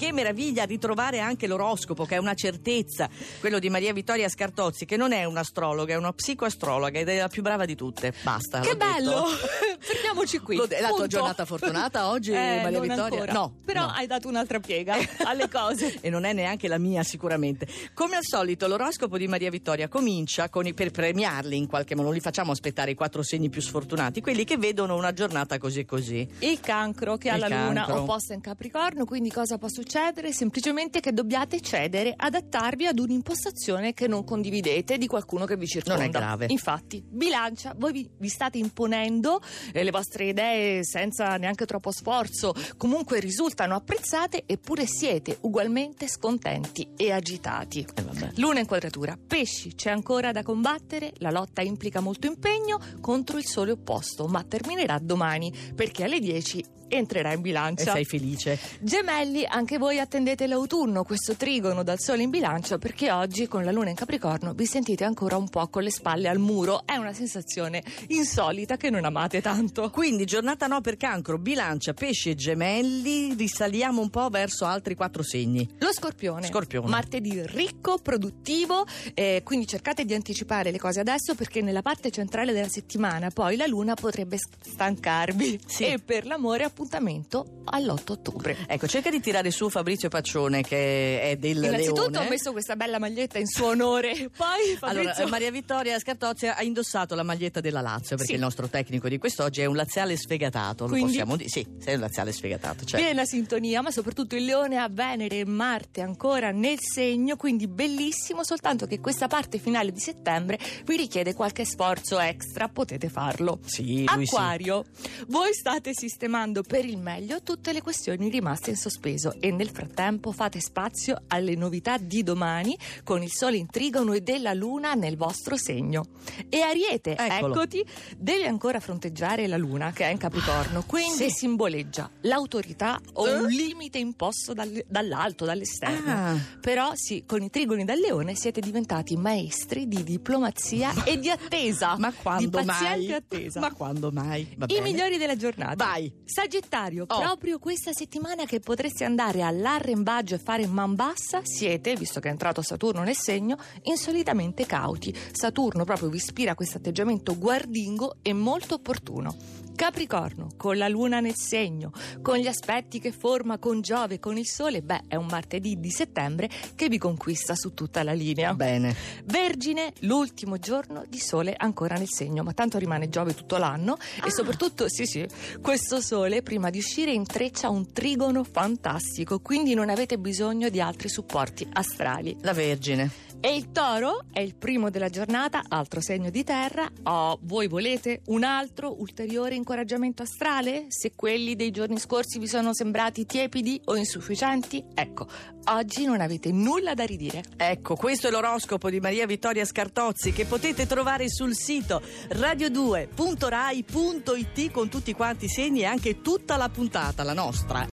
che meraviglia ritrovare anche l'oroscopo, che è una certezza, quello di Maria Vittoria Scartozzi, che non è un'astrologa, è una psicoastrologa ed è la più brava di tutte. Basta. Che bello! Detto. Fermiamoci qui. È la tua giornata fortunata oggi, Maria non Vittoria? Ancora. No. Però no. hai dato un'altra piega alle cose. E non è neanche la mia, sicuramente. Come al solito, l'oroscopo di Maria Vittoria comincia per premiarli in qualche modo. Non li facciamo aspettare i 4 segni più sfortunati, quelli che vedono una giornata così e così. Il cancro, che ha la luna opposta in Capricorno, quindi cosa può succedere? Semplicemente che dobbiate cedere, adattarvi ad un'impostazione che non condividete di qualcuno che vi circonda. Non è grave. Infatti, Bilancia, voi vi state imponendo le vostre idee senza neanche troppo sforzo, comunque risultano apprezzate, eppure siete ugualmente scontenti e agitati. Luna in quadratura. Pesci, c'è ancora da combattere, la lotta implica molto impegno contro il sole opposto, ma terminerà domani, perché alle 10 entrerà in Bilancia. E sei felice. Gemelli, anche voi attendete l'autunno, questo trigono dal sole in Bilancia, perché oggi con la luna in Capricorno vi sentite ancora un po' con le spalle al muro. È una sensazione insolita che non amate tanto. Quindi giornata no per Cancro, Bilancia, Pesci e Gemelli. Risaliamo un po' verso altri 4 segni. Lo Scorpione. Martedì ricco, produttivo, quindi cercate di anticipare le cose adesso, perché nella parte centrale della settimana poi la luna potrebbe stancarvi. Sì. E per l'amore appuntamento all'8 ottobre. Ecco, cerca di tirare su Fabrizio Paccione, che è del Innanzitutto Leone. ho messo questa bella maglietta in suo onore. Poi Fabrizio... Allora, Maria Vittoria Scartozzi ha indossato la maglietta della Lazio, perché il nostro tecnico di quest'oggi è un laziale sfegatato. Lo quindi, possiamo dire? Sì, sei un laziale sfegatato. Certo. Piena sintonia, ma soprattutto il Leone ha Venere e Marte ancora nel segno, quindi bellissimo, soltanto che questa parte finale di settembre vi richiede qualche sforzo extra, potete farlo. Sì, Acquario, voi state sistemando per il meglio tutte le questioni rimaste in sospeso e nel frattempo fate spazio alle novità di domani con il sole in trigono e della luna nel vostro segno. E Ariete, eccoti, devi ancora fronteggiare la luna che è in Capricorno, quindi simboleggia l'autorità o un limite imposto dall'alto, dall'esterno. Però sì, con i trigoni dal Leone siete diventati maestri di diplomazia e di attesa. Ma quando di paziente mai? attesa. Ma quando mai? Va I bene. migliori della giornata. Vai. Sagittario, proprio questa settimana che potreste andare all'arrembaggio e fare man bassa, siete, visto che è entrato Saturno nel segno, insolitamente cauti. Saturno proprio vi ispira questo atteggiamento guardingo e molto opportuno. Capricorno, con la luna nel segno, con gli aspetti che forma con Giove e con il sole, è un martedì di settembre che vi conquista su tutta la linea. Bene. Vergine, l'ultimo giorno di sole ancora nel segno, ma tanto rimane Giove tutto l'anno e soprattutto, questo sole prima di uscire intreccia un trigono fantastico, quindi non avete bisogno di altri supporti astrali. La Vergine. E il Toro è il primo della giornata, altro segno di terra. Voi volete un altro ulteriore incoraggiamento astrale? Se quelli dei giorni scorsi vi sono sembrati tiepidi o insufficienti, ecco, oggi non avete nulla da ridire. Ecco, questo è l'oroscopo di Maria Vittoria Scartozzi, che potete trovare sul sito radio2.rai.it con tutti quanti i segni e anche tutta la puntata, la nostra